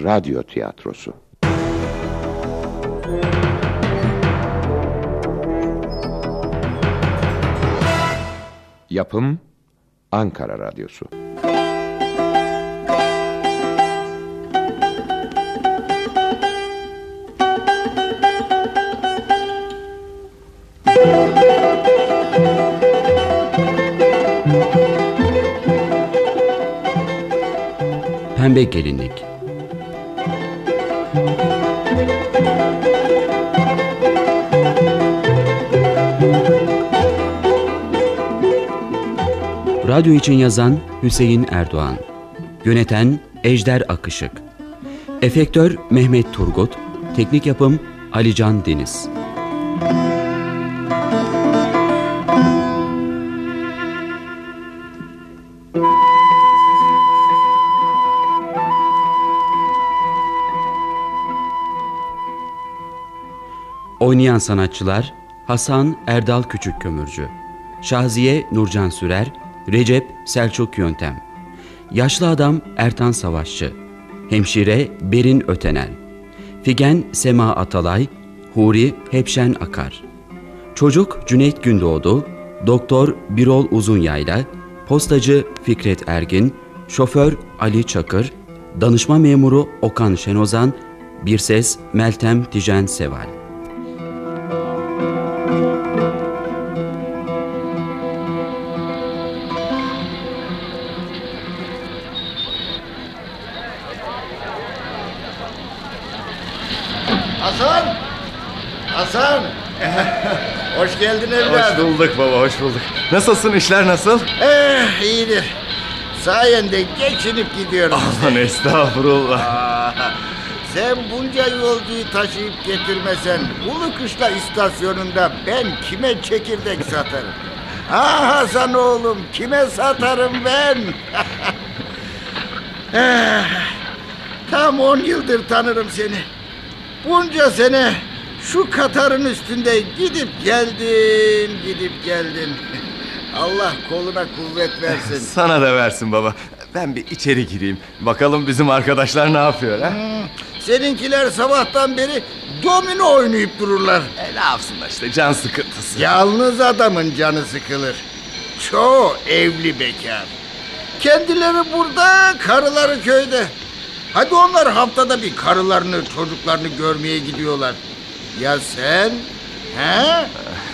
radyo tiyatrosu. Yapım Ankara Radyosu. Pembe Gelinlik. Radyo için yazan Hüseyin Erdoğan, yöneten Ejder Akışık, efektör Mehmet Turgut, teknik yapım Alican Deniz. Oynayan sanatçılar: Hasan Erdal Küçükkömürcü, Şaziye Nurcan Sürer, Recep Selçuk Yöntem, Yaşlı Adam Ertan Savaşçı, Hemşire Berin Ötenel, Figen Sema Atalay, Huri Hepşen Akar, Çocuk Cüneyt Gündoğdu, Doktor Birol Uzunyayla, Postacı Fikret Ergin, Şoför Ali Çakır, Danışma Memuru Okan Şenozan, Bir Ses Meltem Tijen Seval. Hasan! Hasan! Hoş geldin evladım. Hoş bulduk baba, hoş bulduk. Nasılsın, işler nasıl? İyidir. Sayende geçinip gidiyorum. Aman estağfurullah. Sen bunca yolcuyu taşıyıp getirmesen Ulukışla istasyonunda ben kime çekirdek satarım? Hasan oğlum, kime satarım ben? Tam 10 yıldır tanırım seni. Bunca sene şu Katar'ın üstünde gidip geldin. Allah koluna kuvvet versin. Sana da versin baba. Ben bir içeri gireyim. Bakalım bizim arkadaşlar ne yapıyor ha? Seninkiler sabahtan beri domino oynayıp dururlar. Ne yapsınlar işte, can sıkıntısı. Yalnız adamın canı sıkılır. Çoğu evli bekar. Kendileri burada, karıları köyde. Hadi onlar haftada bir karılarını, çocuklarını görmeye gidiyorlar. Ya sen? He?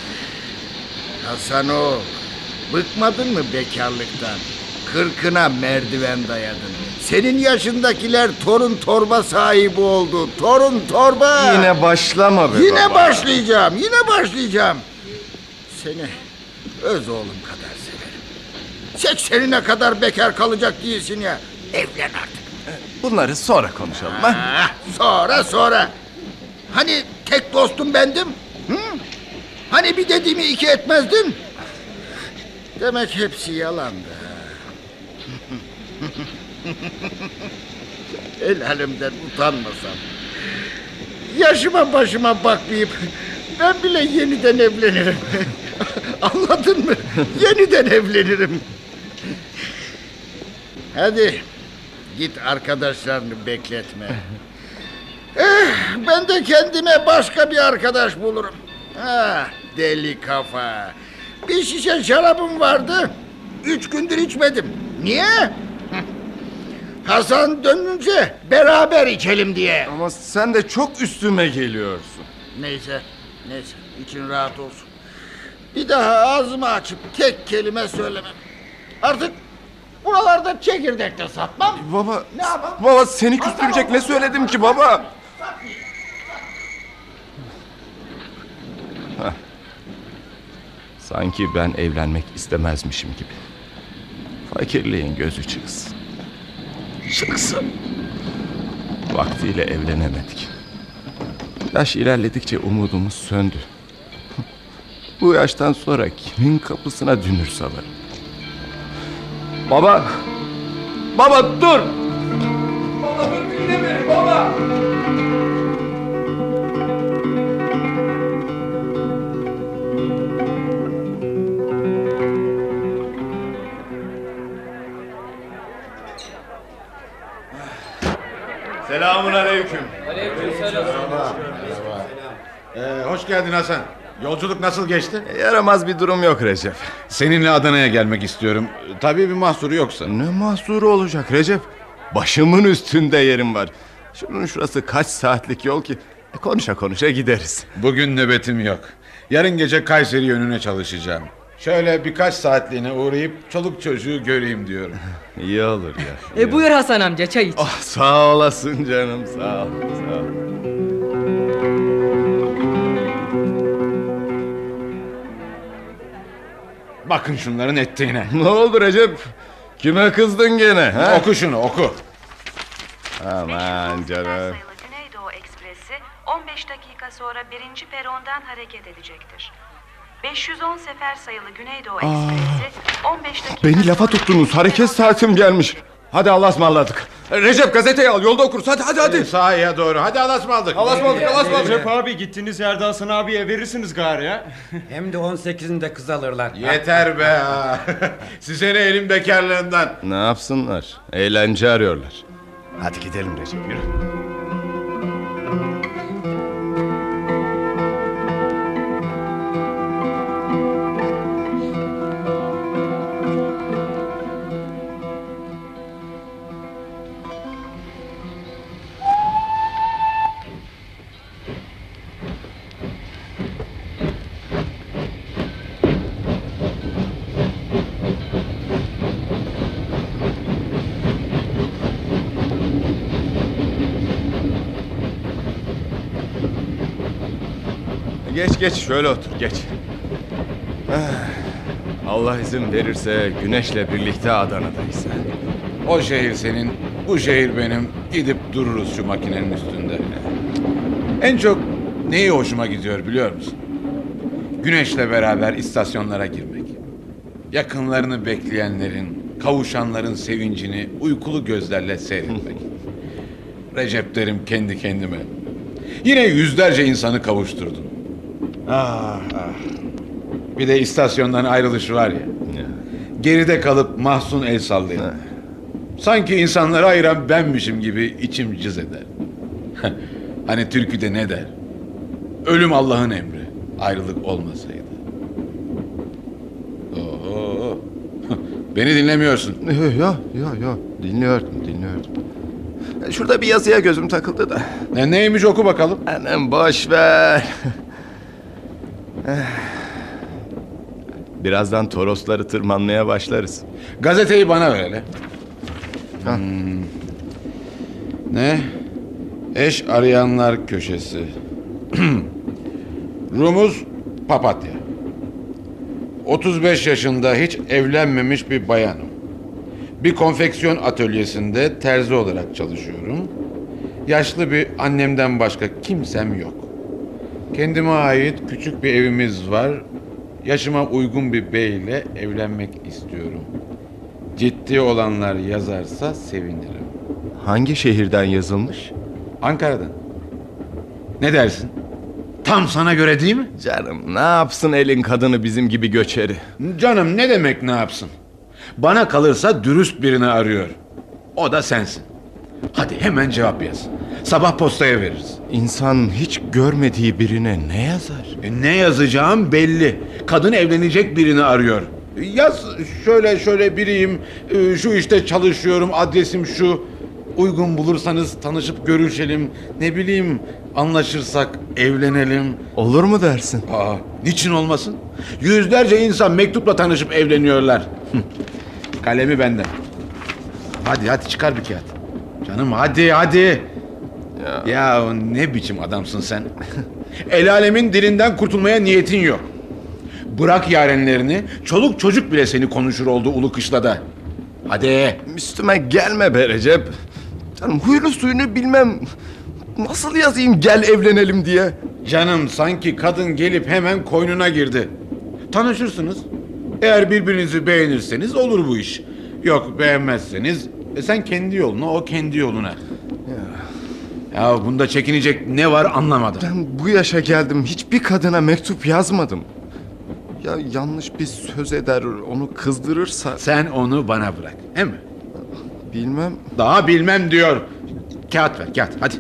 Hasan o, bıkmadın mı bekarlıktan? 40'ına merdiven dayadın. Senin yaşındakiler torun torba sahibi oldu. Torun torba. Yine başlama be Yine baba. başlayacağım. Seni öz oğlum kadar severim. 80'ine kadar bekar kalacak değilsin ya. Evlen artık. Bunları sonra konuşalım ha? Sonra. Hani tek dostum bendim? Hı? Hani bir dediğimi iki etmezdin? Demek hepsi yalandı. El halimden utanmasam, yaşıma başıma bakmayıp ben bile yeniden evlenirim. Anladın mı? Yeniden evlenirim. Hadi git, arkadaşlarını bekletme. Ben de kendime başka bir arkadaş bulurum. Deli kafa. Bir şişe şarabım vardı, 3 gündür içmedim. Niye? Hasan dönünce beraber içelim diye. Ama sen de çok üstüme geliyorsun. Neyse, için rahat olsun. Bir daha ağzımı açıp tek kelime söylemem. Artık buralarda çekirdek de satmam. Baba, ne yapalım? Baba seni küstürecek ne söyledim ki baba? Sanki ben evlenmek istemezmişim gibi. Fakirliğin gözü çıksın. Vaktiyle evlenemedik. Yaş ilerledikçe umudumuz söndü. Bu yaştan sonra kimin kapısına dünür salarım? Baba dur! Baba dur, dinle beni baba! aleyküm. Hoş geldin Hasan. Yolculuk nasıl geçti? Yaramaz bir durum yok Recep. Seninle Adana'ya gelmek istiyorum. Tabii bir mahsuru yoksa. Ne mahsuru olacak Recep? Başımın üstünde yerim var. Şunun şurası kaç saatlik yol ki? Konuşa konuşa gideriz. Bugün nöbetim yok. Yarın gece Kayseri yönüne çalışacağım. Şöyle birkaç saatliğine uğrayıp çoluk çocuğu göreyim diyorum. İyi olur ya. Buyur Hasan amca, çay iç. Oh, sağ olasın canım, sağ ol, sağ ol. Bakın şunların ettiğine. Ne oldu Recep? Kime kızdın gene? Ha? Oku şunu, oku. Aman canım. Sayılı Güneydoğu Ekspresi 15 dakika sonra 1. perondan hareket edecektir. 510 sefer sayılı Güneydoğu Ekspresi 15 dakika Beni lafa sonra tuttunuz. 1. Hareket perondan saatim gelmiş. Hadi Allah'a ısmarladık. Recep, gazeteyi al, yolda okuruz. Hadi. Sahaya doğru. Hadi alasmaldık. Alasmadık. Recep abi, gittiğiniz yerde Hasan abiye verirsiniz gari ya. Hem de 18'inde kız alırlar. Yeter be. Size ne elin bekarlığından. Ne yapsınlar? Eğlence arıyorlar. Hadi gidelim Recep, yürü. Geç şöyle otur, geç. Allah izin verirse güneşle birlikte Adana'dayız. O şehir senin, bu şehir benim. Gidip dururuz şu makinenin üstünde. En çok neyi hoşuma gidiyor biliyor musun? Güneşle beraber istasyonlara girmek. Yakınlarını bekleyenlerin, kavuşanların sevincini uykulu gözlerle seyretmek. Recep derim kendi kendime. Yine yüzlerce insanı kavuşturdun. Ah. Bir de istasyondan ayrılış var ya. Geride kalıp mahzun el sallayan. Sanki insanları ayıran benmişim gibi içim cız eder. Hani türküde ne der? Ölüm Allah'ın emri, ayrılık olmasaydı. Oo. Beni dinlemiyorsun. Yo, dinliyordum. Şurada bir yazıya gözüm takıldı da. Neymiş, oku bakalım. Anam boş ver. Birazdan Torosları tırmanmaya başlarız. Gazeteyi bana ver hele. Ne? Eş arayanlar köşesi. Rumuz papatya. 35 yaşında hiç evlenmemiş bir bayanım. Bir konfeksiyon atölyesinde terzi olarak çalışıyorum. Yaşlı bir annemden başka kimsem yok. Kendime ait küçük bir evimiz var. Yaşıma uygun bir beyle evlenmek istiyorum. Ciddi olanlar yazarsa sevinirim. Hangi şehirden yazılmış? Ankara'dan. Ne dersin? Tam sana göre değil mi? Canım, ne yapsın elin kadını bizim gibi göçeri? Canım ne demek ne yapsın? Bana kalırsa dürüst birini arıyor. O da sensin. Hadi hemen cevap yaz. Sabah postaya veririz. İnsan hiç görmediği birine ne yazar? Ne yazacağım belli. Kadın evlenecek birini arıyor. Yaz şöyle biriyim. Şu işte çalışıyorum. Adresim şu. Uygun bulursanız tanışıp görüşelim. Ne bileyim, anlaşırsak evlenelim. Olur mu dersin? Niçin olmasın? Yüzlerce insan mektupla tanışıp evleniyorlar. Kalemi benden. Hadi çıkar bir kağıt. Canım hadi. Ya ne biçim adamsın sen? El alemin dilinden kurtulmaya niyetin yok. Bırak yarenlerini, çoluk çocuk bile seni konuşur oldu ulu kışlada. Hadi. Üstüme gelme be Recep. Canım, huyunu suyunu bilmem. Nasıl yazayım gel evlenelim diye? Canım, sanki kadın gelip hemen koynuna girdi. Tanışırsınız. Eğer birbirinizi beğenirseniz olur bu iş. Yok beğenmezseniz sen kendi yoluna, o kendi yoluna. Ya bunda çekinecek ne var anlamadım. Ben bu yaşa geldim, hiçbir kadına mektup yazmadım. Ya yanlış bir söz eder, onu kızdırırsa... Sen onu bana bırak, he mi? Bilmem. Daha bilmem diyor. Kağıt ver, kağıt, hadi.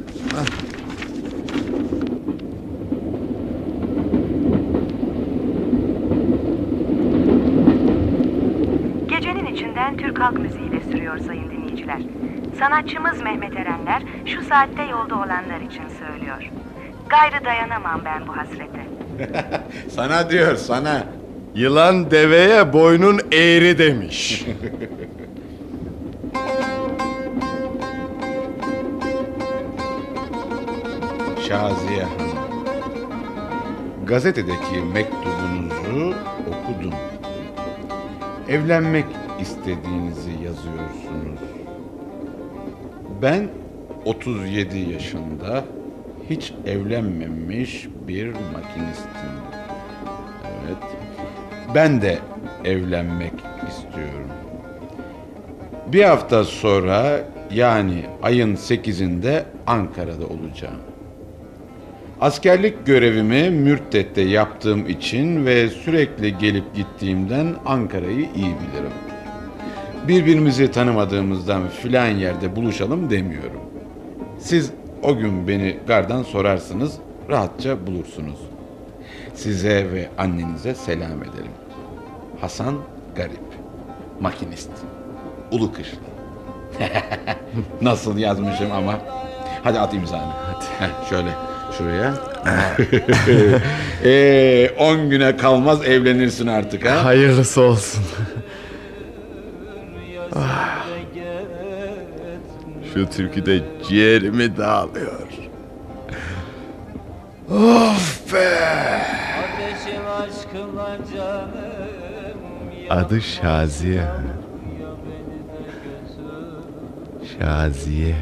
Gecenin içinden Türk halk müziğiyle sürüyor sayın dinleyiciler. Sanatçımız Mehmet Erenler şu saatte yolda olanlar için söylüyor. Gayrı dayanamam ben bu hasrete. Sana diyor, sana. Yılan deveye boynun eğri demiş. Şaziye Hanım, gazetedeki mektubunuzu okudum. Evlenmek istediğinizi yazıyorsunuz. Ben 37 yaşında hiç evlenmemiş bir makinistim. Evet, ben de evlenmek istiyorum. Bir hafta sonra, yani ayın 8'inde Ankara'da olacağım. Askerlik görevimi Mürtet'te yaptığım için ve sürekli gelip gittiğimden Ankara'yı iyi bilirim. Birbirimizi tanımadığımızdan filan yerde buluşalım demiyorum. Siz o gün beni gardan sorarsınız, rahatça bulursunuz. Size ve annenize selam ederim. Hasan Garip, makinist, Ulukışlı. Nasıl yazmışım ama. Hadi at imzanı. Hadi. Şöyle şuraya. 10 güne kalmaz evlenirsin artık ha. Hayırlısı olsun. Şu türküde ciğerimi dağılıyor. Of be! Adı Şaziye. Şaziye.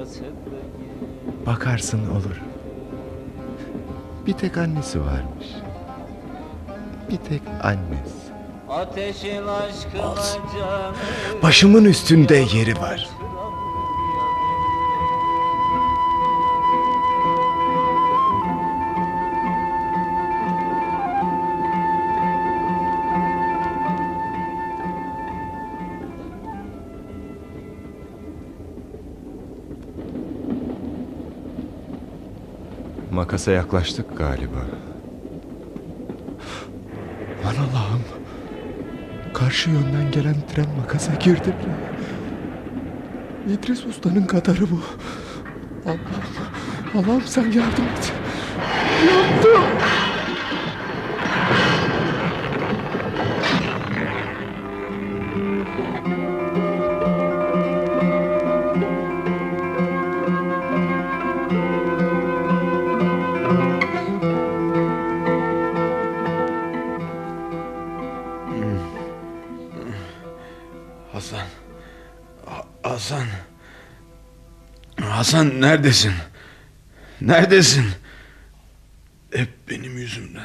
Bakarsın olur. Bir tek annesi varmış. Bir tek annesi. Olsun. Başımın üstünde yeri var. Makasa yaklaştık galiba. Aman Allah'ım. Karşı yönden gelen tren makasa girdi. İdris Usta'nın kadarı bu. Allah'ım sen yardım et. Yandım. Hasan neredesin? Neredesin? Hep benim yüzümden.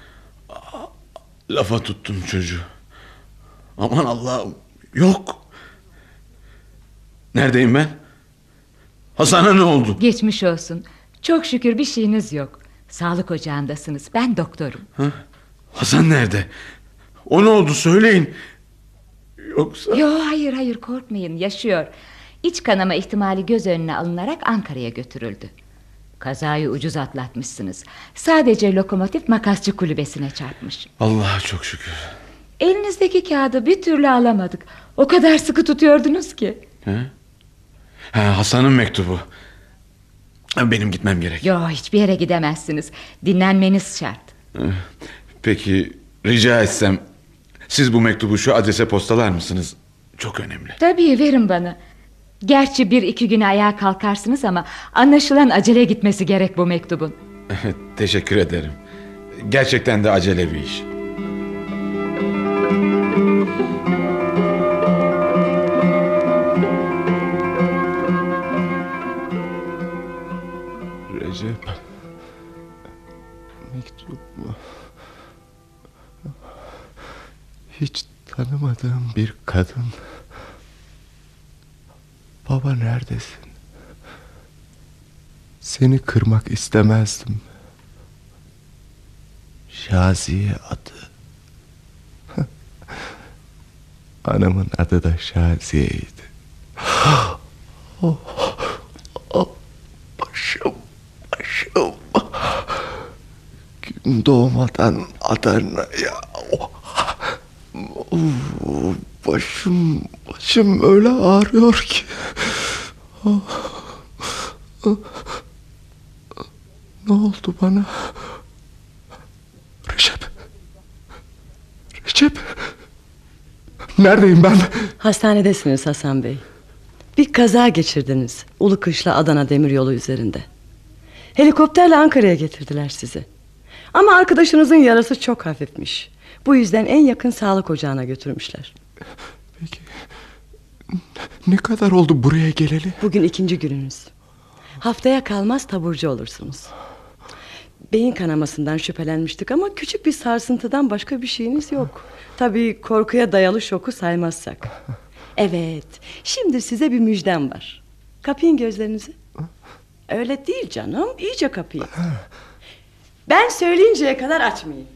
Lafa tuttum çocuğu. Aman Allah'ım, yok. Neredeyim ben? Hasan'a ne oldu? Geçmiş olsun. Çok şükür bir şeyiniz yok. Sağlık ocağındasınız. Ben doktorum. Ha? Hasan nerede? O ne oldu söyleyin. Yoksa... Yo, hayır korkmayın, yaşıyor. İç kanama ihtimali göz önüne alınarak Ankara'ya götürüldü. Kazayı ucuz atlatmışsınız. Sadece lokomotif makasçı kulübesine çarpmış. Allah'a çok şükür. Elinizdeki kağıdı bir türlü alamadık. O kadar sıkı tutuyordunuz ki. Hasan'ın mektubu. Benim gitmem gerek. Yo, hiçbir yere gidemezsiniz. Dinlenmeniz şart. Peki rica etsem, siz bu mektubu şu adrese postalar mısınız? Çok önemli. Tabii, verin bana. Gerçi 1-2 güne ayağa kalkarsınız ama anlaşılan acele gitmesi gerek bu mektubun. Teşekkür ederim. Gerçekten de acele bir iş. Recep, mektup mu? Hiç tanımadığım bir kadın. Baba neredesin? Seni kırmak istemezdim. Şaziye adı. Anamın adı da Şaziye'ydi. Oh, oh. doğmadan Adana'ya. Başım öyle ağrıyor ki. Ne oldu bana? Recep. Neredeyim ben? Hastanedesiniz Hasan Bey. Bir kaza geçirdiniz. Ulukışla Adana demiryolu üzerinde. Helikopterle Ankara'ya getirdiler sizi. Ama arkadaşınızın yarası çok hafifmiş. Bu yüzden en yakın sağlık ocağına götürmüşler. Peki ne kadar oldu buraya geleli? Bugün 2. gününüz. Haftaya kalmaz taburcu olursunuz. Beyin kanamasından şüphelenmiştik ama küçük bir sarsıntıdan başka bir şeyiniz yok. Tabii korkuya dayalı şoku saymazsak. Evet, şimdi size bir müjdem var. Kapayın gözlerinizi. Öyle değil canım, iyice kapayın. Ben söyleyinceye kadar açmayın.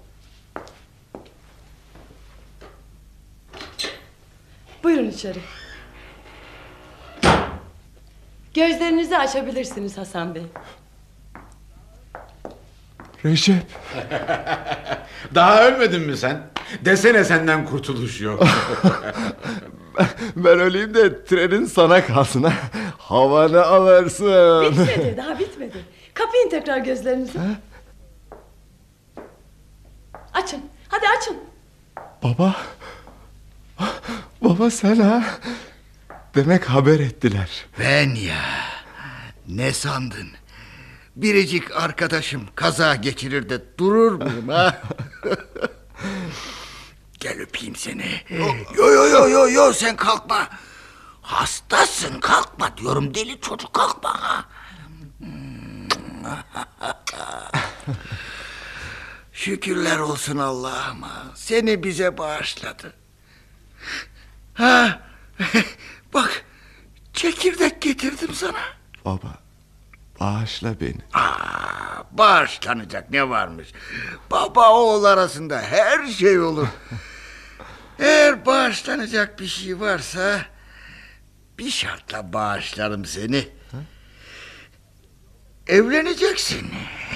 Buyurun içeri. Gözlerinizi açabilirsiniz Hasan Bey. Recep. Daha ölmedin mi sen? Desene senden kurtuluş yok. Ben öleyim de trenin sana kalsın ha. Havanı alırsın. Bitmedi, daha bitmedi. Kapayın tekrar gözlerinizi. Açın, hadi açın. Baba sen ha. Demek haber ettiler. Ben ya. Ne sandın? Biricik arkadaşım kaza geçirir de durur muyum ha? Gel öpeyim seni. Yo sen kalkma. Hastasın, kalkma diyorum, deli çocuk, kalkma ha. Şükürler olsun Allah'ıma, seni bize bağışladı. Ha, bak çekirdek getirdim sana. Baba, bağışla beni. Bağışlanacak ne varmış? Baba oğul arasında her şey olur. Eğer bağışlanacak bir şey varsa bir şartla bağışlarım seni. Evleneceksin.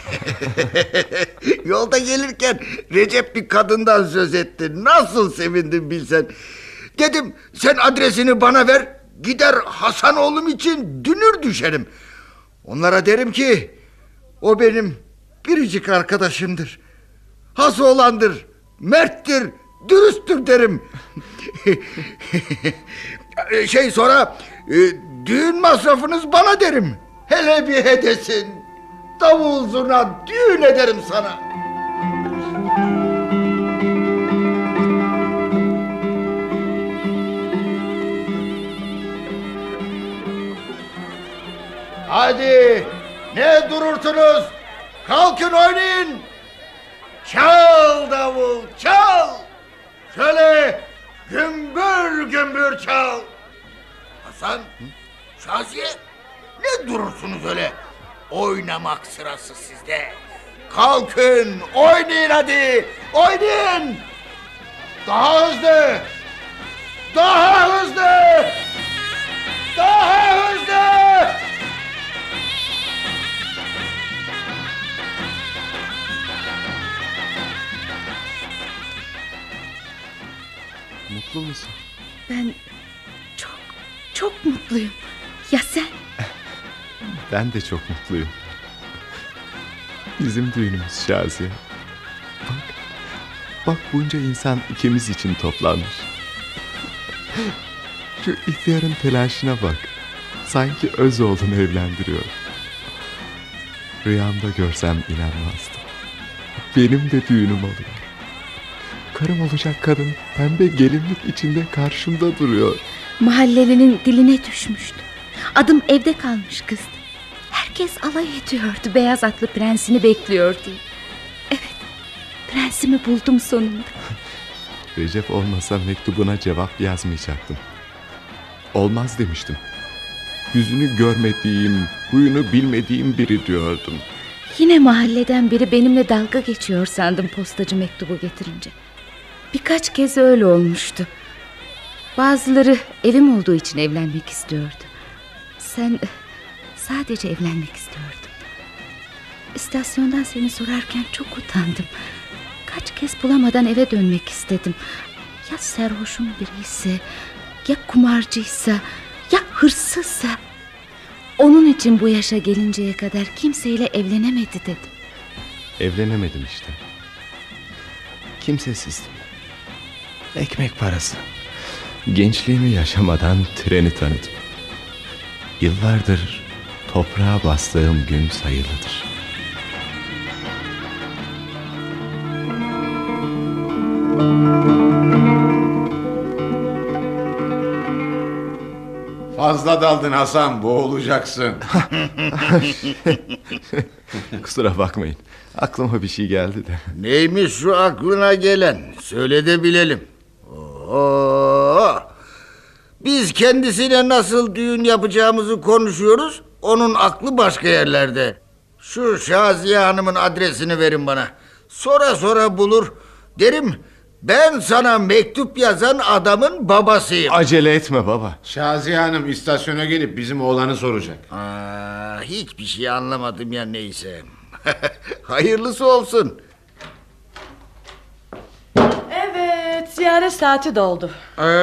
Yolda gelirken Recep bir kadından söz etti. Nasıl sevindim bilsen. Dedim sen adresini bana ver, gider Hasan oğlum için dünür düşerim. Onlara derim ki o benim biricik arkadaşımdır. Has oğlandır, merttir, dürüsttür derim. Sonra düğün masrafınız bana derim. Hele bir hedesin, davul zurna düğün ederim sana. Hadi ne durursunuz? Kalkın oynayın. Çal davul çal. Şöyle gümbür gümbür çal. Hasan, Şaziye, ne durursunuz öyle? Oynamak sırası sizde. Kalkın oynayın hadi. Oynayın. Daha hızlı. Daha hızlı. Daha hızlı. Mutlu musun? Ben çok mutluyum. Ya sen? Ben de çok mutluyum. Bizim düğünümüz Şaziye. Bak bunca insan ikimiz için toplanmış. Şu ihtiyarın telaşına bak. Sanki öz oğlunu evlendiriyor. Rüyamda görsem inanmazdım. Benim de düğünüm oluyor. Karım olacak kadın pembe gelinlik içinde karşımda duruyor. Mahallelinin diline düşmüştü. Adım evde kalmış kızdı. Herkes alay ediyordu, beyaz atlı prensini bekliyor diye. Evet, prensimi buldum sonunda. Recep olmasa mektubuna cevap yazmayacaktım. Olmaz demiştim. Yüzünü görmediğim, huyunu bilmediğim biri diyordum. Yine mahalleden biri benimle dalga geçiyor sandım postacı mektubu getirince. Birkaç kez öyle olmuştu. Bazıları evim olduğu için evlenmek istiyordu. Sen sadece evlenmek istiyordun. İstasyondan seni sorarken çok utandım. Kaç kez bulamadan eve dönmek istedim. Ya sarhoşun biriyse, ya kumarcıysa, ya hırsızsa. Onun için bu yaşa gelinceye kadar kimseyle evlenemedi dedim. Evlenemedim işte. Kimsesizdim. Ekmek parası. Gençliğimi yaşamadan treni tanıdım. Yıllardır toprağa bastığım gün sayılıdır. Fazla daldın Hasan, boğulacaksın. Kusura bakmayın. Aklıma bir şey geldi de. Neymiş şu aklına gelen? Söyle de bilelim. Oo! Biz kendisiyle nasıl düğün yapacağımızı konuşuyoruz. Onun aklı başka yerlerde. Şu Şaziye Hanım'ın adresini verin bana. Sonra bulur. Derim ben sana mektup yazan adamın babasıyım. Acele etme baba. Şaziye Hanım istasyona gelip bizim oğlanı soracak. Hiçbir şey anlamadım ya, neyse. Hayırlısı olsun. Evet, ziyaret saati doldu.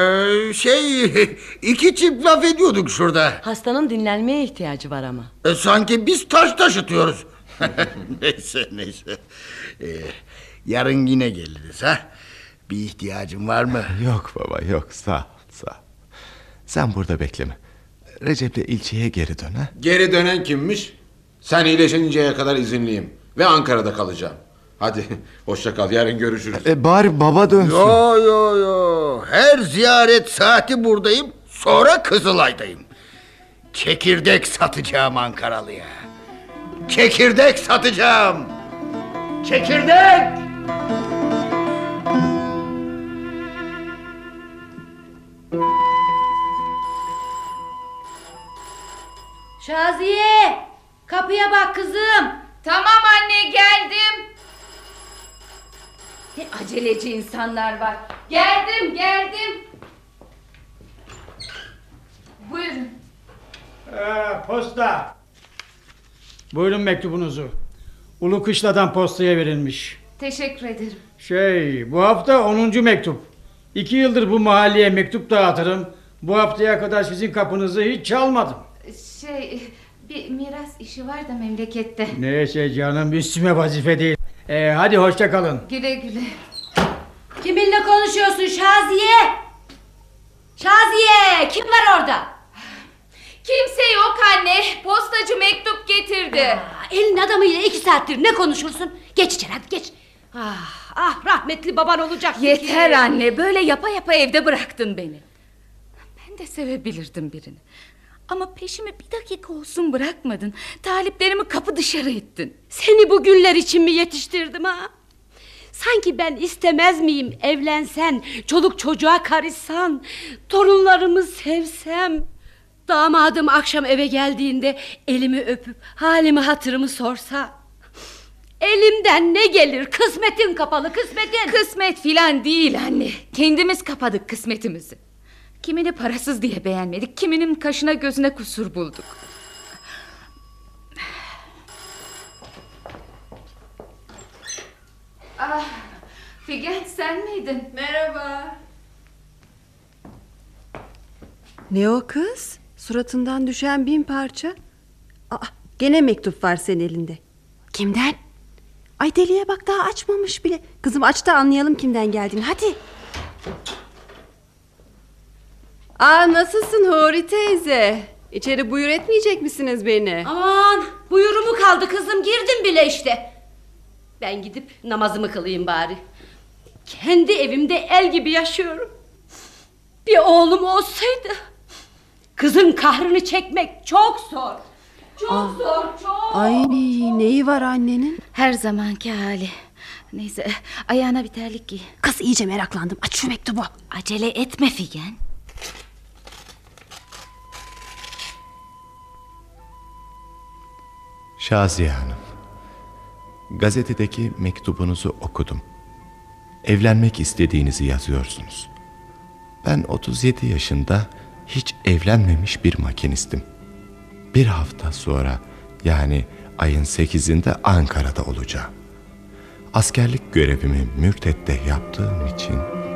2 çift laf ediyorduk şurada. Hastanın dinlenmeye ihtiyacı var ama. Sanki biz taş taşıtıyoruz. Neyse. Yarın yine geliriz ha. Bir ihtiyacın var mı? Yok baba, yok, sağ ol. Sen burada bekleme. Recep'le ilçeye geri dön ha. Geri dönen kimmiş? Sen iyileşinceye kadar izinliyim ve Ankara'da kalacağım. Hadi hoşça kal, yarın görüşürüz. Bari baba dönsün. Yo. Her ziyaret saati buradayım. Sonra Kızılay'dayım. Çekirdek satacağım Ankaralı'ya. Çekirdek satacağım. Çekirdek! Şaziye, kapıya bak kızım. Tamam anne, geldim. Ne aceleci insanlar var. Geldim. Buyurun. Posta. Buyurun mektubunuzu. Ulu Kışla'dan postaya verilmiş. Teşekkür ederim. Bu hafta 10. mektup. 2 yıldır bu mahalleye mektup dağıtırım. Bu haftaya kadar sizin kapınızı hiç çalmadım. Bir miras işi var da memlekette. Neyse canım, üstüme vazife değil. Hadi hoşça kalın. Güle güle. Kiminle konuşuyorsun Şaziye? Şaziye, kim var orada? Kimse yok anne. Postacı mektup getirdi. Elin adamıyla 2 saattir ne konuşursun? Geç içeri, hadi geç. Rahmetli baban olacak. Yeter anne, böyle yapa evde bıraktın beni. Ben de sevebilirdim birini. Ama peşimi bir dakika olsun bırakmadın. Taliplerimi kapı dışarı ettin. Seni bu günler için mi yetiştirdim ha? Sanki ben istemez miyim evlensen, çoluk çocuğa karışsan, torunlarımı sevsem. Damadım akşam eve geldiğinde elimi öpüp halimi hatırımı sorsa. Elimden ne gelir? Kısmetin kapalı, kısmetin. Kısmet filan değil anne. Kendimiz kapadık kısmetimizi. Kimini parasız diye beğenmedik, kiminin kaşına gözüne kusur bulduk. Figen, sen miydin? Merhaba. Ne o kız? Suratından düşen 1000 parça. Gene mektup var senin elinde. Kimden? Ay deliye bak, daha açmamış bile. Kızım aç da anlayalım kimden geldiğini, hadi. Nasılsın Huri teyze? İçeri buyur etmeyecek misiniz beni? Aman, buyurumu kaldı kızım, girdim bile işte. Ben gidip namazımı kılayım bari. Kendi evimde el gibi yaşıyorum. Bir oğlum olsaydı. Kızın kahrını çekmek çok zor. Çok zor. Ay neyi var annenin? Her zamanki hali. Neyse, ayağına bir terlik giy. Kız iyice meraklandım, aç şu mektubu. Acele etme Figen. Şaziye Hanım, gazetedeki mektubunuzu okudum. Evlenmek istediğinizi yazıyorsunuz. Ben 37 yaşında hiç evlenmemiş bir makinistim. Bir hafta sonra, yani ayın 8'inde Ankara'da olacağım. Askerlik görevimi Mürtet'te yaptığım için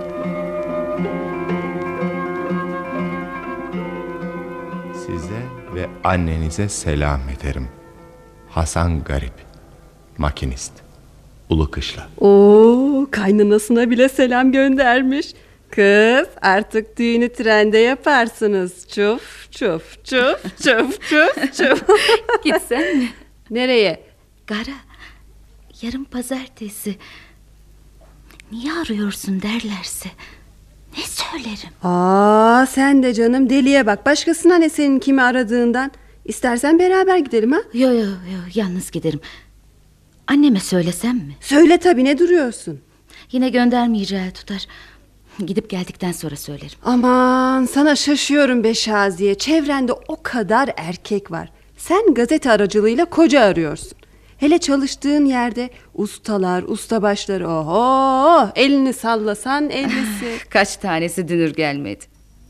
size ve annenize selam ederim. Hasan Garip, makinist, Ulukışla. Oo, kaynanasına bile selam göndermiş. Kız, artık düğünü trende yaparsınız. Çuf çuf çuf çuf çuf çuf. Gitsen mi? Nereye? Gara, yarın pazartesi. Niye arıyorsun derlerse ne söylerim? Aa, sen de canım, deliye bak. Başkasına ne senin kimi aradığından. İstersen beraber gidelim ha? Yo, yalnız giderim. Anneme söylesem mi? Söyle tabii, ne duruyorsun? Yine göndermeyeceği tutar. Gidip geldikten sonra söylerim. Aman, sana şaşıyorum be Şaziye. Çevrende o kadar erkek var. Sen gazete aracılığıyla koca arıyorsun. Hele çalıştığın yerde ustalar, ustabaşları, oho, elini sallasan ellisi. Kaç tanesi dünür gelmedi.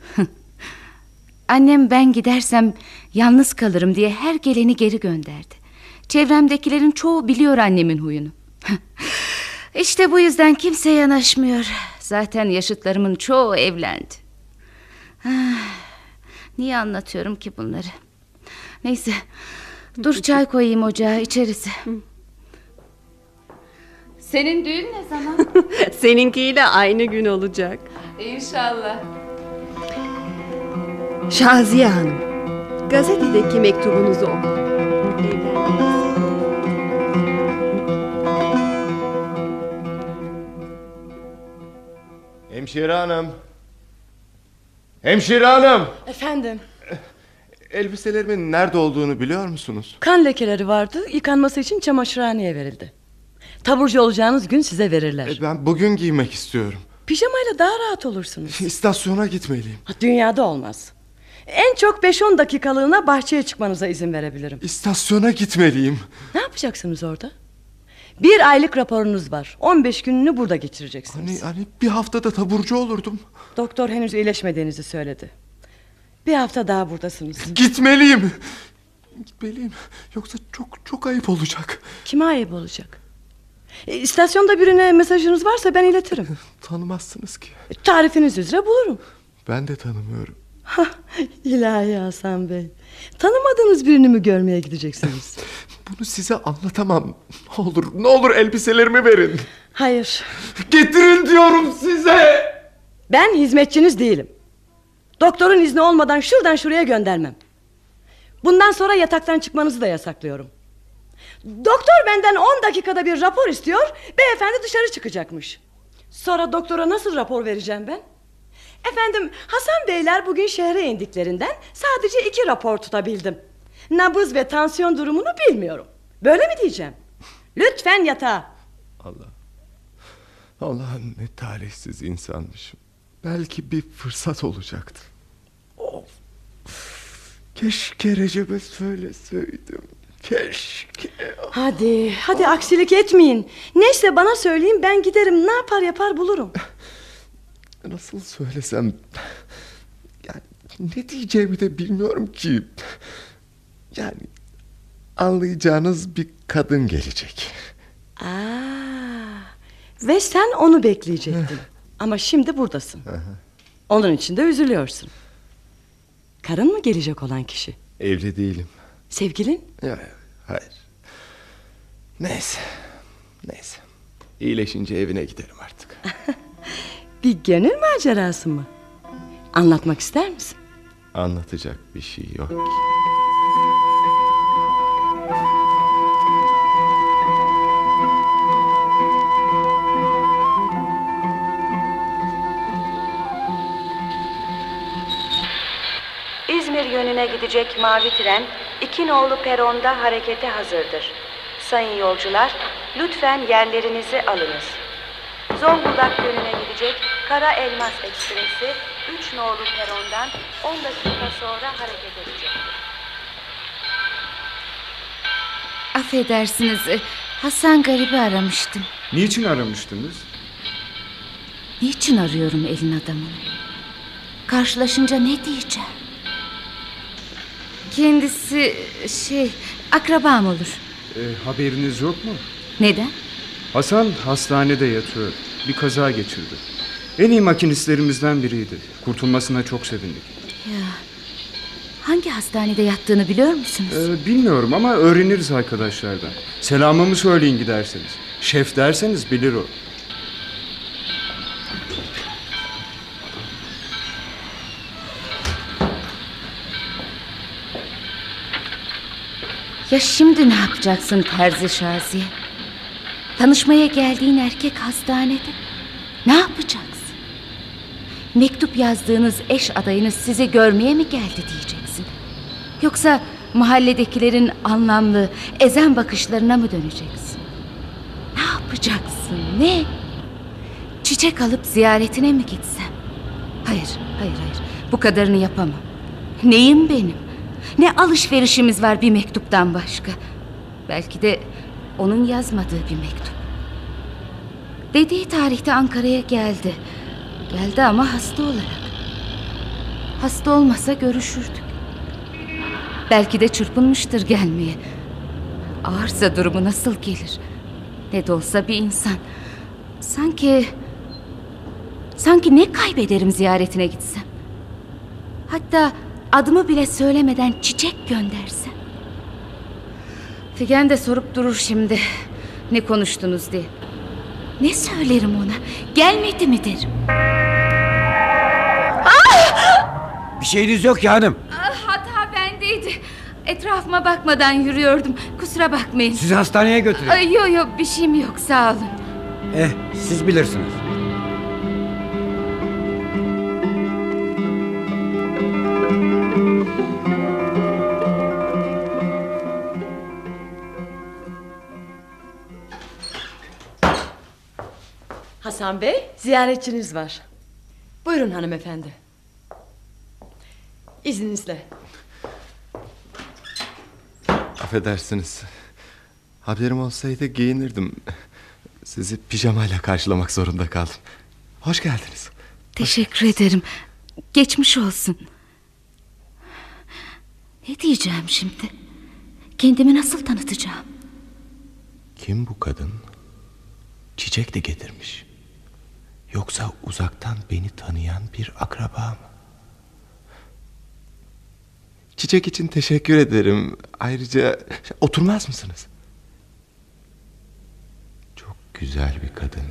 Annem ben gidersem yalnız kalırım diye her geleni geri gönderdi. Çevremdekilerin çoğu biliyor annemin huyunu. İşte bu yüzden kimse yanaşmıyor. Zaten yaşıtlarımın çoğu evlendi. Niye anlatıyorum ki bunları? Neyse, dur çay koyayım ocağa, içeriz. Senin düğün ne zaman? Seninkiyle aynı gün olacak. İnşallah. Şaziye Hanım, gazetedeki mektubunuzu okudum. Hemşire hanım. Hemşire hanım. Efendim? Elbiselerimin nerede olduğunu biliyor musunuz? Kan lekeleri vardı, yıkanması için çamaşırhaneye verildi. Taburcu olacağınız gün size verirler. Ben bugün giymek istiyorum. Pijamayla daha rahat olursunuz. İstasyona gitmeliyim. Dünyada olmaz. En çok 5-10 dakikalığına bahçeye çıkmanıza izin verebilirim. İstasyona gitmeliyim. Ne yapacaksınız orada? 1 aylık raporunuz var. 15 gününü burada geçireceksiniz. Hani bir haftada taburcu olurdum. Doktor henüz iyileşmediğinizi söyledi. 1 hafta daha buradasınız. Gitmeliyim. Gitmeliyim. Yoksa çok ayıp olacak. Kime ayıp olacak? İstasyonda birine mesajınız varsa ben iletirim. Tanımazsınız ki. Tarifiniz üzere bulurum. Ben de tanımıyorum. İlahi Hasan Bey. Tanımadığınız birini mi görmeye gideceksiniz? Bunu size anlatamam. Ne olur elbiselerimi verin. Hayır. Getirin diyorum size. Ben hizmetçiniz değilim. Doktorun izni olmadan şuradan şuraya göndermem. Bundan sonra yataktan çıkmanızı da yasaklıyorum. Doktor benden 10 dakikada bir rapor istiyor. Beyefendi dışarı çıkacakmış. Sonra doktora nasıl rapor vereceğim ben? Efendim, Hasan Beyler bugün şehre indiklerinden sadece 2 rapor tutabildim. Nabız ve tansiyon durumunu bilmiyorum. Böyle mi diyeceğim? Lütfen yatağa. Allah'ım, ne talihsiz insanmışım. Belki bir fırsat olacaktı. Of. Keşke Recep'e söyleseydim. Keşke. Hadi aksilik etmeyin. Neyse bana söyleyin, ben giderim. Ne yapar bulurum. Nasıl söylesem, yani ne diyeceğimi de bilmiyorum ki. Yani anlayacağınız bir kadın gelecek. Ve sen onu bekleyecektin. Ama şimdi buradasın. Onun için de üzülüyorsun. Karın mı gelecek olan kişi? Evli değilim. Sevgilin? Hayır. Neyse. İyileşince evine giderim artık. Bir gönül macerası mı? Anlatmak ister misin? Anlatacak bir şey yok ki. İzmir yönüne gidecek mavi tren 2 nolu peronda harekete hazırdır. Sayın yolcular, lütfen yerlerinizi alınız. Zonguldak yönüne gidecek Kara Elmas Ekspresi 3 nolu perondan 10 dakika sonra hareket edecektir. Affedersiniz, Hasan Garip'i aramıştım. Niçin aramıştınız? Niçin arıyorum elin adamını? Karşılaşınca ne diyeceğim? Kendisi akrabam olur. Haberiniz yok mu? Neden? Hasan hastanede yatıyor. Bir kaza geçirdi. En iyi makinistlerimizden biriydi. Kurtulmasına çok sevindik. Ya, hangi hastanede yattığını biliyor musunuz? Bilmiyorum ama öğreniriz arkadaşlardan. Selamımı söyleyin giderseniz. Şef derseniz bilir o. Ya şimdi ne yapacaksın Terzi Şaziye? Tanışmaya geldiğin erkek hastanede. Ne yapacaksın? Mektup yazdığınız eş adayınız sizi görmeye mi geldi diyeceksin? Yoksa mahalledekilerin anlamlı, ezen bakışlarına mı döneceksin? Ne yapacaksın? Ne? Çiçek alıp ziyaretine mi gitsem? Hayır. Bu kadarını yapamam. Neyim benim? Ne alışverişimiz var bir mektuptan başka? Belki de onun yazmadığı bir mektup. Dediği tarihte Ankara'ya geldi. Geldi ama hasta olarak. Hasta olmasa görüşürdük. Belki de çırpınmıştır gelmeye. Ağırsa durumu nasıl gelir? Ne de olsa bir insan. Sanki ne kaybederim ziyaretine gitsem? Hatta adımı bile söylemeden çiçek göndersem. Figen de sorup durur şimdi. Ne konuştunuz diye. Ne söylerim ona? Gelmedi mi derim? Bir şeyiniz yok ya hanım. Hata bendeydi. Etrafıma bakmadan yürüyordum. Kusura bakmayın. Sizi hastaneye götüreyim. Yok bir şeyim yok, sağ olun. Siz bilirsiniz. Hasan Bey, ziyaretçiniz var. Buyurun hanımefendi. İzninizle. Affedersiniz. Haberim olsaydı giyinirdim. Sizi pijamayla karşılamak zorunda kaldım. Hoş geldiniz. Teşekkür ederim. Geçmiş olsun. Ne diyeceğim şimdi? Kendimi nasıl tanıtacağım? Kim bu kadın? Çiçek de getirmiş. Yoksa uzaktan beni tanıyan bir akraba mı? Çiçek için teşekkür ederim. Ayrıca oturmaz mısınız? Çok güzel bir kadın.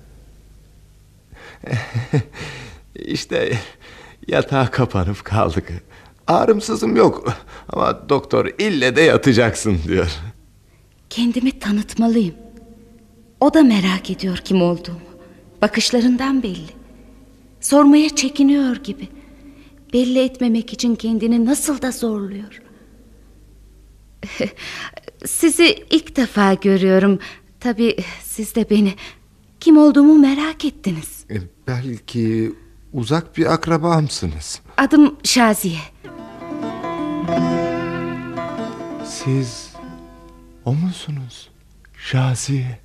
İşte yatağa kapanıp kaldık. Ağrımsızım yok ama doktor ille de yatacaksın diyor. Kendimi tanıtmalıyım. O da merak ediyor kim olduğumu. Bakışlarından belli. Sormaya çekiniyor gibi. Belli etmemek için kendini nasıl da zorluyor. Sizi ilk defa görüyorum. Tabii siz de beni. Kim olduğumu merak ettiniz. Belki uzak bir akrabamsınız. Adım Şaziye. Siz o musunuz? Şaziye.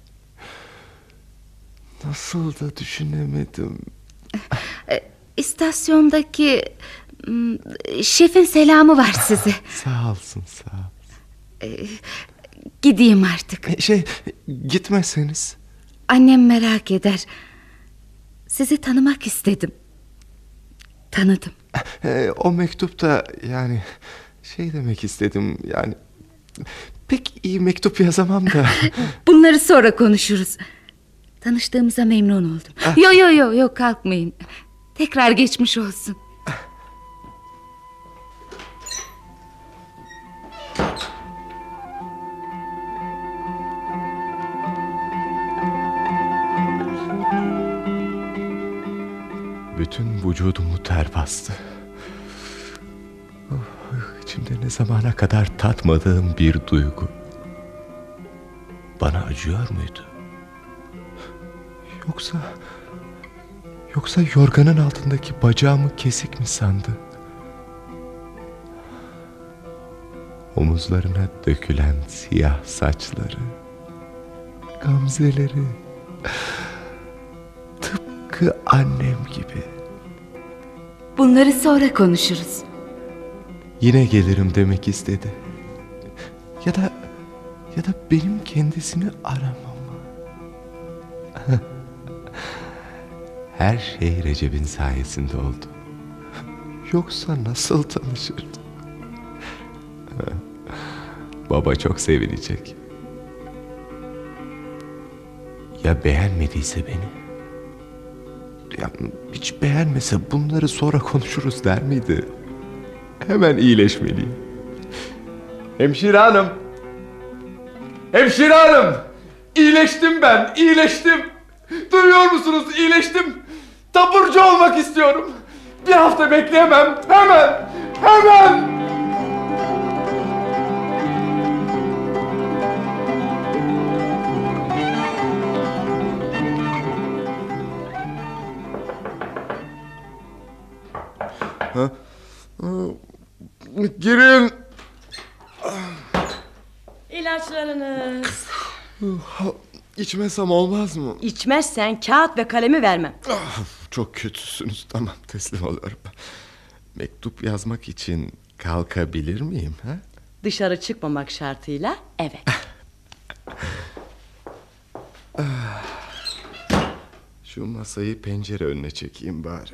Nasıl da düşünemedim. İstasyondaki şefin selamı var size. Sağ olsun, sağ olsun. Gideyim artık. Gitmeseniz. Annem merak eder. Sizi tanımak istedim. Tanıdım. O mektupta yani demek istedim yani. Pek iyi mektup yazamam da. Bunları sonra konuşuruz. Tanıştığımıza memnun oldum. Yok kalkmayın. Tekrar geçmiş olsun. Bütün vücudumu ter bastı. İçimde ne zamana kadar tatmadığım bir duygu. Bana acıyor muydu? Yoksa yorganın altındaki bacağımı kesik mi sandı? Omuzlarına dökülen siyah saçları, gamzeleri, tıpkı annem gibi. Bunları sonra konuşuruz. Yine gelirim demek istedi. Ya ya da benim kendisini aramamı. Her şey Recep'in sayesinde oldu. Yoksa nasıl tanışırdık? Baba çok sevinecek. Ya beğenmediyse beni? Ya hiç beğenmese bunları sonra konuşuruz der miydi? Hemen iyileşmeliyim. Hemşire hanım! Hemşire hanım! İyileştim ben, iyileştim. Duyuyor musunuz? İyileştim. Taburcu olmak istiyorum. Bir hafta bekleyemem. Hemen! Hemen! Ha? Girin. İlaçlarınız. İçmesem olmaz mı? İçmezsen kağıt ve kalemi vermem. Çok kötüsünüz. Tamam, teslim oluyorum. Mektup yazmak için kalkabilir miyim? Ha? Dışarı çıkmamak şartıyla evet. Şu masayı pencere önüne çekeyim bari.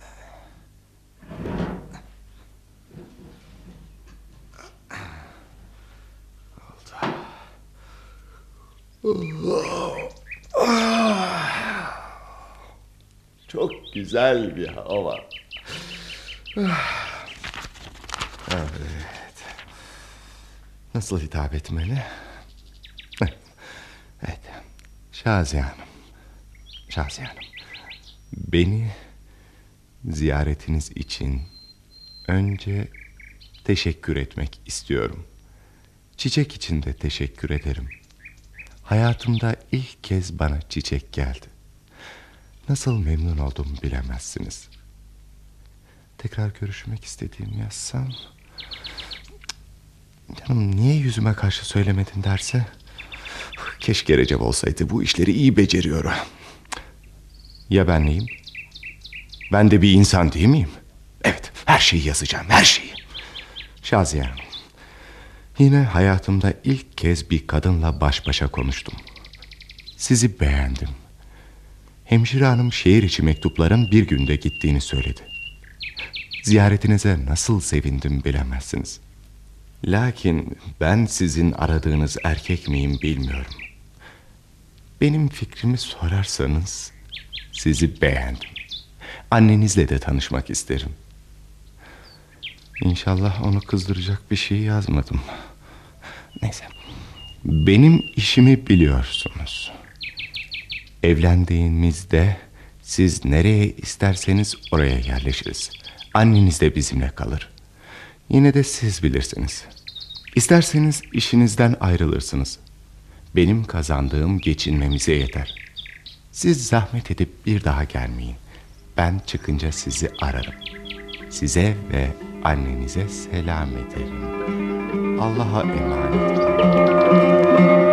Çok güzel bir hava. Evet. Nasıl hitap etmeli? Evet. Şaziye Hanım. Şaziye Hanım. Beni ziyaretiniz için önce teşekkür etmek istiyorum. Çiçek için de teşekkür ederim. Hayatımda ilk kez bana çiçek geldi. Nasıl memnun oldum bilemezsiniz. Tekrar görüşmek istediğimi yazsam... Canım niye yüzüme karşı söylemedin derse... Keşke Recep olsaydı, bu işleri iyi beceriyor. Ya ben neyim? Ben de bir insan değil miyim? Evet, her şeyi yazacağım, her şeyi. Şaziye Hanım, yine hayatımda ilk kez bir kadınla baş başa konuştum. Sizi beğendim. Hemşire hanım şehir içi mektupların bir günde gittiğini söyledi. Ziyaretinize nasıl sevindim bilemezsiniz. Lakin ben sizin aradığınız erkek miyim bilmiyorum. Benim fikrimi sorarsanız sizi beğendim. Annenizle de tanışmak isterim. İnşallah onu kızdıracak bir şey yazmadım. Neyse. Benim işimi biliyorsunuz. Evlendiğimizde siz nereye isterseniz oraya yerleşiriz. Anneniz de bizimle kalır. Yine de siz bilirsiniz. İsterseniz işinizden ayrılırsınız. Benim kazandığım geçinmemize yeter. Siz zahmet edip bir daha gelmeyin. Ben çıkınca sizi ararım. Size ve annenize selam ederim. Allah'a emanet olun.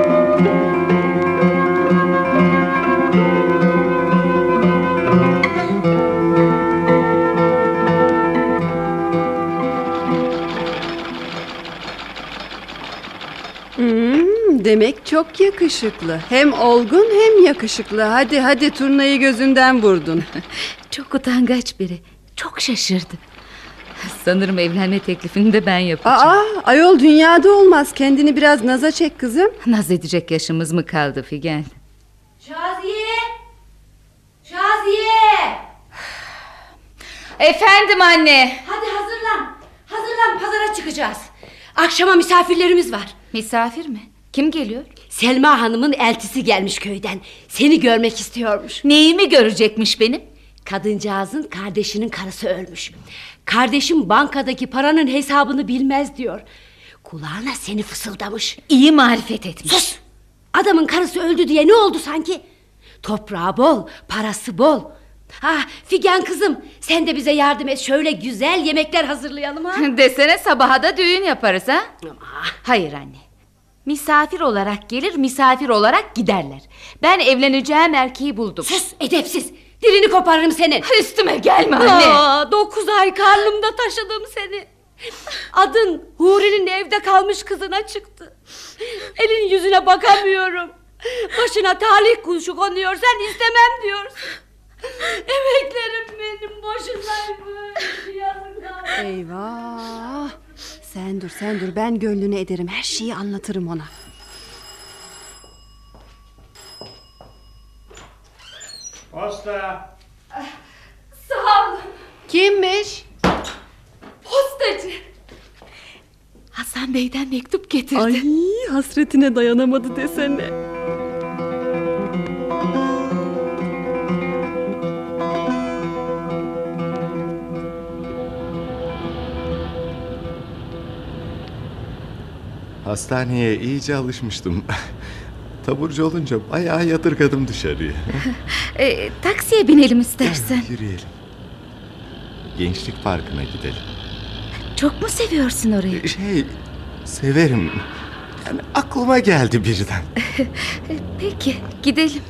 Demek çok yakışıklı. Hem olgun hem yakışıklı. Hadi turnayı gözünden vurdun. Çok utangaç biri. Çok şaşırdı. Sanırım evlenme teklifini de ben yapacağım. Ayol dünyada olmaz. Kendini biraz naza çek kızım. Naz edecek yaşımız mı kaldı Figen? Şaziye! Şaziye! Efendim anne. Hadi hazırlan. Hazırlan, pazara çıkacağız. Akşama misafirlerimiz var. Misafir mi? Kim geliyor? Selma Hanım'ın eltisi gelmiş köyden. Seni görmek istiyormuş. Neyimi görecekmiş benim? Kadıncağızın kardeşinin karısı ölmüş. Kardeşim bankadaki paranın hesabını bilmez diyor. Kulağına seni fısıldamış. İyi marifet etmiş. Sus! Adamın karısı öldü diye ne oldu sanki? Toprağı bol, parası bol. Figen kızım, sen de bize yardım et. Şöyle güzel yemekler hazırlayalım ha. Desene sabaha da düğün yaparız ha. Hayır anne. Misafir olarak gelir, misafir olarak giderler. Ben evleneceğim erkeği buldum. Sus edepsiz. Dilini koparırım senin. Üstüme gelme anne. 9 ay karnımda taşıdım seni. Adın Huri'nin evde kalmış kızına çıktı. Elin yüzüne bakamıyorum. Başına talih kuşu konuyor, sen istemem diyorsun. Emeklerim benim boşunaymış. Yazık. Eyvah. Sen dur, ben gönlünü ederim, her şeyi anlatırım ona. Posta. Sağ olun. Kimmiş? Postacı. Hasan Bey'den mektup getirdi. Ay, hasretine dayanamadı desene. Hastaneye iyice alışmıştım. Taburcu olunca bayağı yadırgadım dışarıya. Taksiye binelim istersen. Yürüyelim. Gençlik Parkı'na gidelim. Çok mu seviyorsun orayı? Severim. Yani aklıma geldi birden. Peki, gidelim.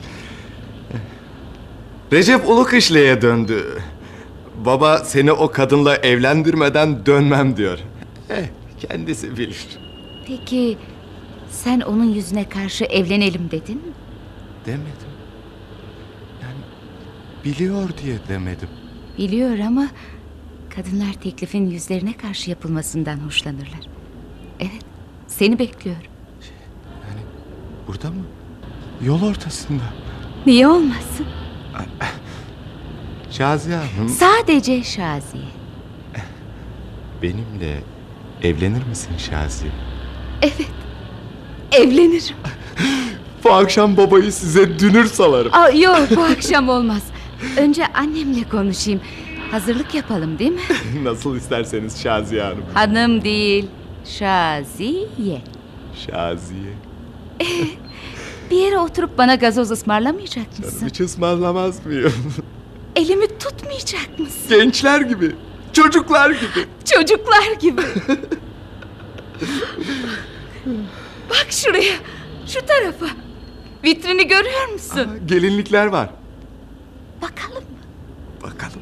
Recep Ulukışla'ya döndü. Baba seni o kadınla evlendirmeden dönmem diyor. Kendisi bilir. Peki, sen onun yüzüne karşı evlenelim dedin mi? Demedim. Yani biliyor diye demedim. Biliyor ama kadınlar teklifin yüzlerine karşı yapılmasından hoşlanırlar. Evet, seni bekliyorum. Yani burada mı? Yol ortasında. Niye olmasın? Şaziye Hanım. Sadece Şaziye. Benimle evlenir misin Şaziye? Evet, evlenirim. Bu akşam babayı size dünür salarım. Yok, bu akşam olmaz. Önce annemle konuşayım. Hazırlık yapalım değil mi? Nasıl isterseniz Şaziye Hanım. Hanım değil, Şaziye. Şaziye. Bir yere oturup bana gazoz ısmarlamayacak mısın? Hiç ısmarlamaz mıyım? Elimi tutmayacak mısın? Gençler gibi, çocuklar gibi. Çocuklar gibi. Bak şuraya, şu tarafa. Vitrini görüyor musun? Gelinlikler var. Bakalım mı? Bakalım.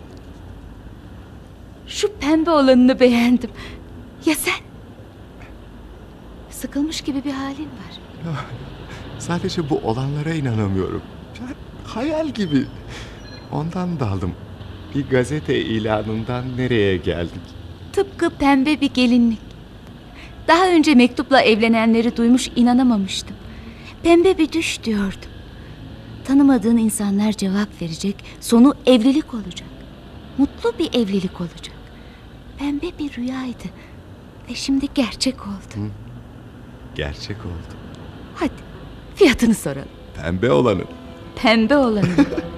Şu pembe olanını beğendim. Ya sen? Sıkılmış gibi bir halin var. Sadece bu olanlara inanamıyorum. Hayal gibi. Ondan daldım. Bir gazete ilanından nereye geldik? Tıpkı pembe bir gelinlik. Daha önce mektupla evlenenleri duymuş, inanamamıştım. Pembe bir düş diyordum. Tanımadığın insanlar cevap verecek, sonu evlilik olacak. Mutlu bir evlilik olacak. Pembe bir rüyaydı ve şimdi gerçek oldu. Gerçek oldu. Hadi fiyatını soralım. Pembe olanı. Pembe olanı.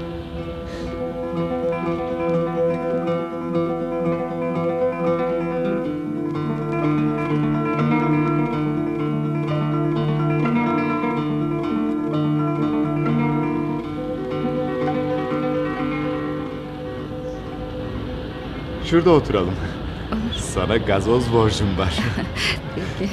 Şurada oturalım. Sana gazoz borcum var. Peki.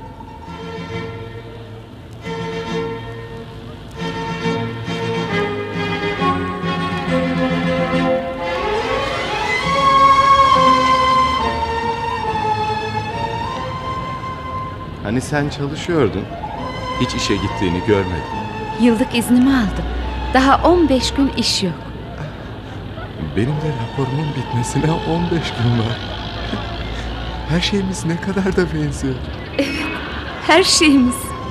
Hani sen çalışıyordun. Hiç işe gittiğini görmedim. Yıllık iznimi aldım. Daha 15 gün iş yok. Benim de raporumun bitmesine 15 gün var. Her şeyimiz ne kadar da benziyor. Evet, her şeyimiz.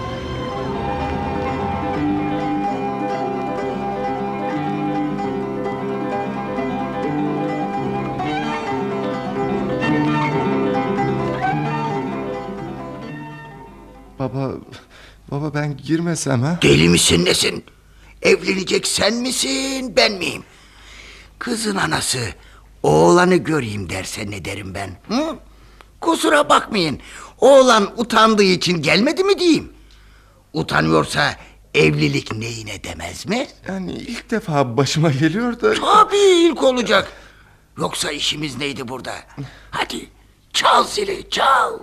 Baba ben girmesem ha? Deli misin nesin? Evlenecek sen misin ben miyim? Kızın anası oğlanı göreyim derse ne derim ben? Hı? Kusura bakmayın, oğlan utandığı için gelmedi mi diyeyim? Utanıyorsa evlilik neyine demez mi? Yani ilk defa başıma geliyor da... Tabii ilk olacak. Yoksa işimiz neydi burada? Hadi çal zili, çal.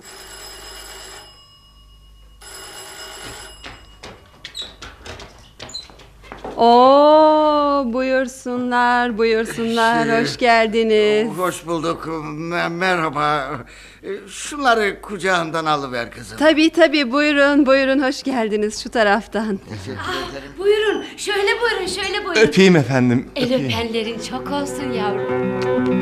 Oo, buyursunlar, buyursunlar. Hoş geldiniz. Hoş bulduk. Merhaba. Şunları kucağından alıver kızım. Tabii, buyurun, buyurun. Hoş geldiniz şu taraftan. Buyurun, şöyle buyurun. Öpeyim efendim. El öpenlerin çok olsun yavrum.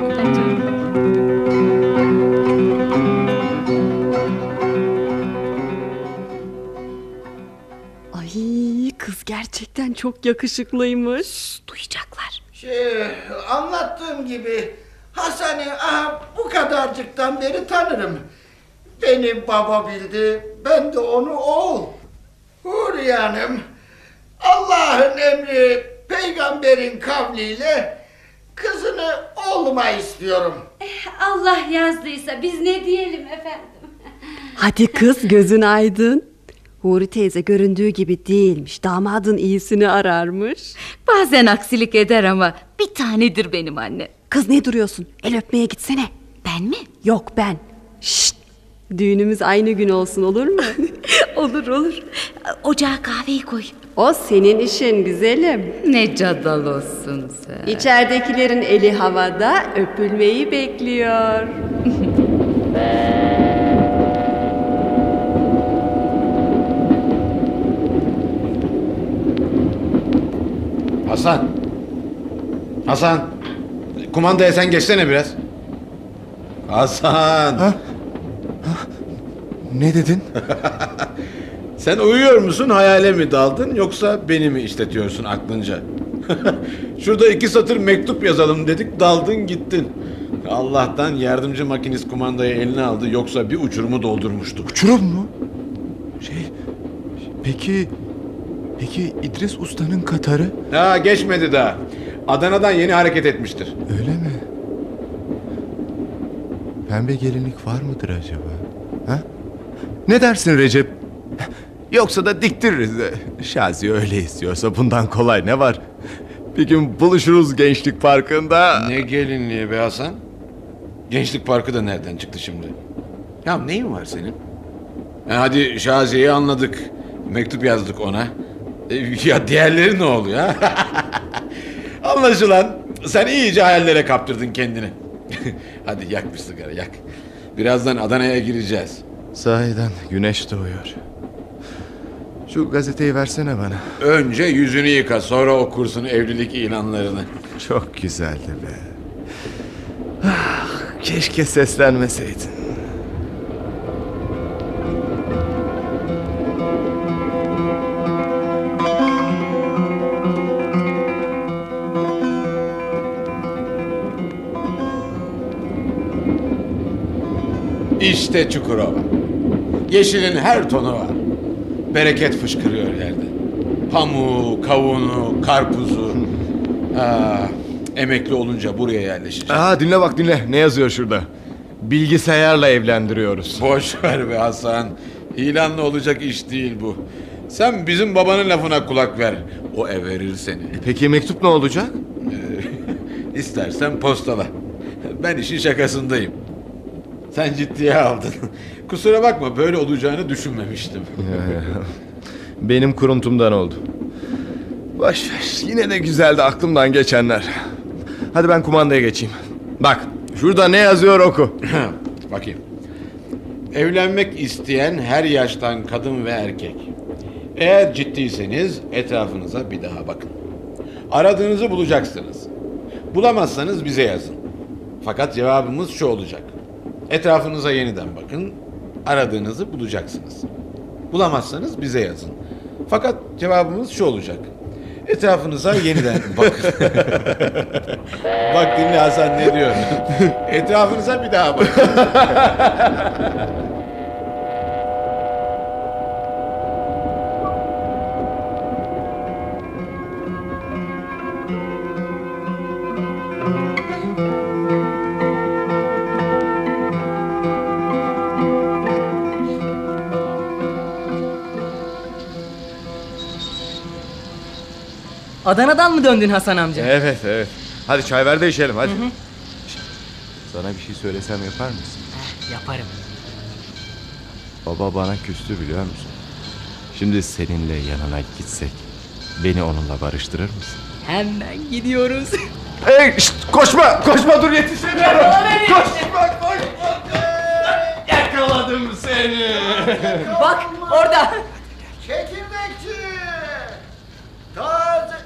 Ay, kız gerçekten çok yakışıklıymış. Duyacaklar. Anlattığım gibi Hasan'ı bu kadarcıktan beri tanırım. Beni baba bildi, ben de onu oğul. Huriye Hanım, Allah'ın emri, peygamberin kavliyle kızını oğluma istiyorum. Allah yazdıysa biz ne diyelim efendim? Hadi kız, gözün aydın. Huri teyze göründüğü gibi değilmiş. Damadın iyisini ararmış. Bazen aksilik eder ama bir tanedir benim anne. Kız ne duruyorsun? El öpmeye gitsene. Ben mi? Yok ben. Şşt. Düğünümüz aynı gün olsun, olur mu? Olur. Ocağa kahveyi koy. O senin işin güzelim. Ne cadal olsun sen. İçeridekilerin eli havada, öpülmeyi bekliyor. Hasan, kumandaya sen geçsene biraz. Hasan. Ne dedin? Sen uyuyor musun, hayale mi daldın, yoksa beni mi işletiyorsun aklınca? Şurada 2 satır mektup yazalım dedik, daldın gittin. Allah'tan yardımcı makinist kumandayı eline aldı, yoksa bir uçurumu doldurmuştuk. Uçurum mu? Peki İdris Usta'nın Katarı? Geçmedi daha. Adana'dan yeni hareket etmiştir. Öyle mi? Pembe gelinlik var mıdır acaba? Ha? Ne dersin Recep? Yoksa da diktiririz de. Şazi öyle istiyorsa bundan kolay ne var? Bir gün buluşuruz Gençlik Parkı'nda. Ne gelinliği be Hasan? Gençlik Parkı da nereden çıktı şimdi? Ya neyin var senin? Hadi Şazi'yi anladık. Mektup yazdık ona. Ya diğerleri ne oluyor? Anlaşılan sen iyice hayallere kaptırdın kendini. Hadi yak bir sigara, yak. Birazdan Adana'ya gireceğiz. Sahiden güneş doğuyor. Şu gazeteyi versene bana. Önce yüzünü yıka, sonra okursun evlilik ilanlarını. Çok güzeldi be. Keşke seslenmeseydin. İşte Çukurova. Yeşilin her tonu var. Bereket fışkırıyor yerde. Pamuğu, kavunu, karpuzu. Emekli olunca buraya yerleşeceğim. Dinle bak dinle. Ne yazıyor şurada? Bilgisayarla evlendiriyoruz. Boş ver be Hasan. İlanla olacak iş değil bu. Sen bizim babanın lafına kulak ver. O verir seni. Peki mektup ne olacak? İstersen postala. Ben işin şakasındayım. Sen ciddiye aldın. Kusura bakma, böyle olacağını düşünmemiştim. Benim kuruntumdan oldu. Boş ver. Yine de güzeldi aklımdan geçenler. Hadi ben kumandaya geçeyim. Bak şurada ne yazıyor oku. Bakayım. Evlenmek isteyen her yaştan kadın ve erkek. Eğer ciddiyseniz etrafınıza bir daha bakın. Aradığınızı bulacaksınız. Bulamazsanız bize yazın. Fakat cevabımız şu olacak. Etrafınıza yeniden bakın. Aradığınızı bulacaksınız. Bulamazsanız bize yazın. Fakat cevabımız şu olacak. Etrafınıza yeniden bakın. Bak dinle Hasan ne diyor. Etrafınıza bir daha bakın. Adana'dan mı döndün Hasan amca? Evet. Hadi çay ver de içelim hadi. Sana bir şey söylesem yapar mısın? Yaparım. Baba bana küstü biliyor musun? Şimdi seninle yanına gitsek, Beni onunla barıştırır mısın? Hemen gidiyoruz. Hey, şşt, koşma dur yetişemiyorum. Koşma. Yakaladım seni. Bak orada. Çekirdekçi. Taze.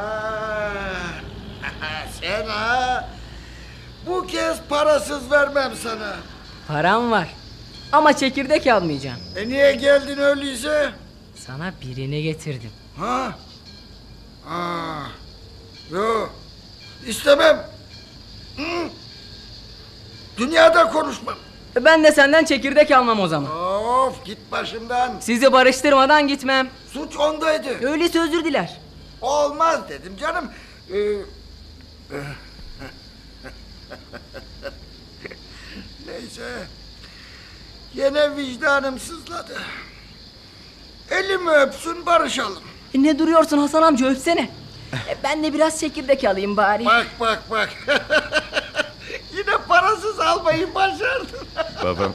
Sen ha. Bu kez parasız vermem sana. Param var. Ama çekirdek almayacağım. Niye geldin öyleyse? Sana birini getirdim. Ha? Yok. İstemem. Hı? Dünyada konuşmam. Ben de senden çekirdek almam o zaman. Of, git başımdan. Sizi barıştırmadan gitmem. Suç ondaydı. Öyleyse özür diler. Olmaz dedim canım. Neyse. Yine vicdanım sızladı. Elimi öpsün, barışalım. Ne duruyorsun Hasan amca, öpsene. Ben de biraz çekirdek alayım bari. Bak. Yine parasız almayı başardın. Babam.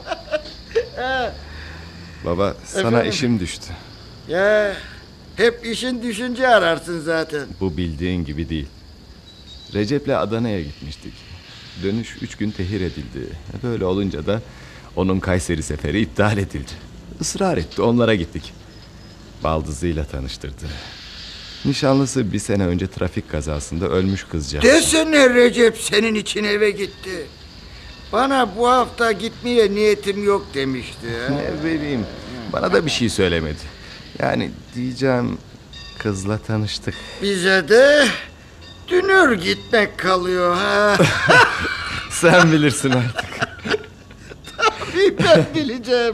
Baba, sana Efendim? işim düştü. Ya, hep işin düşünce ararsın zaten. Bu bildiğin gibi değil. Recep'le Adana'ya gitmiştik. Dönüş 3 gün tehir edildi. Böyle olunca da onun Kayseri seferi iptal edildi. Israr etti, onlara gittik. Baldızıyla tanıştırdı. Nişanlısı bir sene önce trafik kazasında ölmüş kızcağız. Desene Recep senin için eve gitti. Bana bu hafta gitmeye niyetim yok demişti. Ne bileyim, bana da bir şey söylemedi. Yani diyeceğim, kızla tanıştık. Bize de dünür gitmek kalıyor ha. Sen bilirsin artık. Tabii ben bileceğim.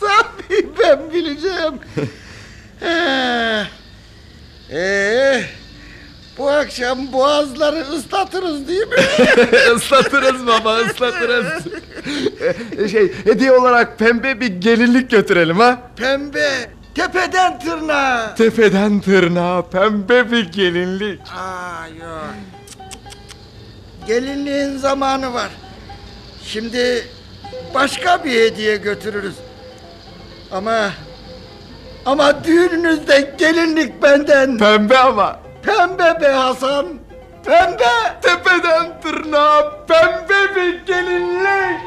Bu akşam boğazları ıslatırız değil mi? Islatırız baba, ıslatırız. Hediye olarak pembe bir gelinlik götürelim ha. Pembe, tepeden tırnağa. Tepeden tırnağa pembe bir gelinlik. Yok. Gelinliğin zamanı var. Şimdi başka bir hediye götürürüz. Ama düğününüzde gelinlik benden. Pembe ama. Pembe be Hasan. Pembe. Tepeden tırnağa pembe bir gelinlik.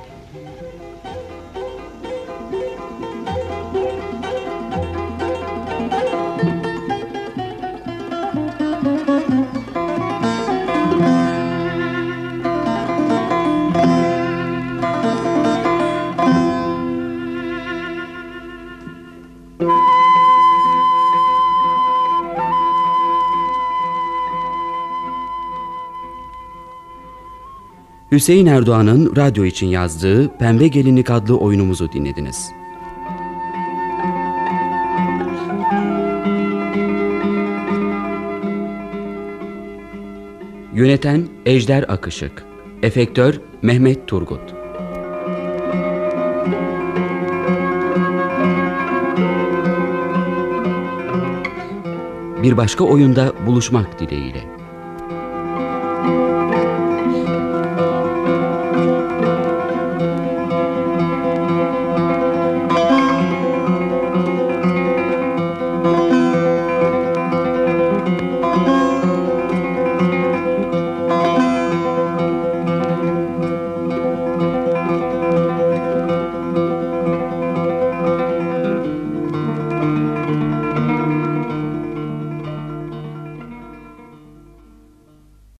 Hüseyin Erdoğan'ın radyo için yazdığı Pembe Gelinlik adlı oyunumuzu dinlediniz. Yöneten Ejder Akışık, efektör Mehmet Turgut. Bir başka oyunda buluşmak dileğiyle.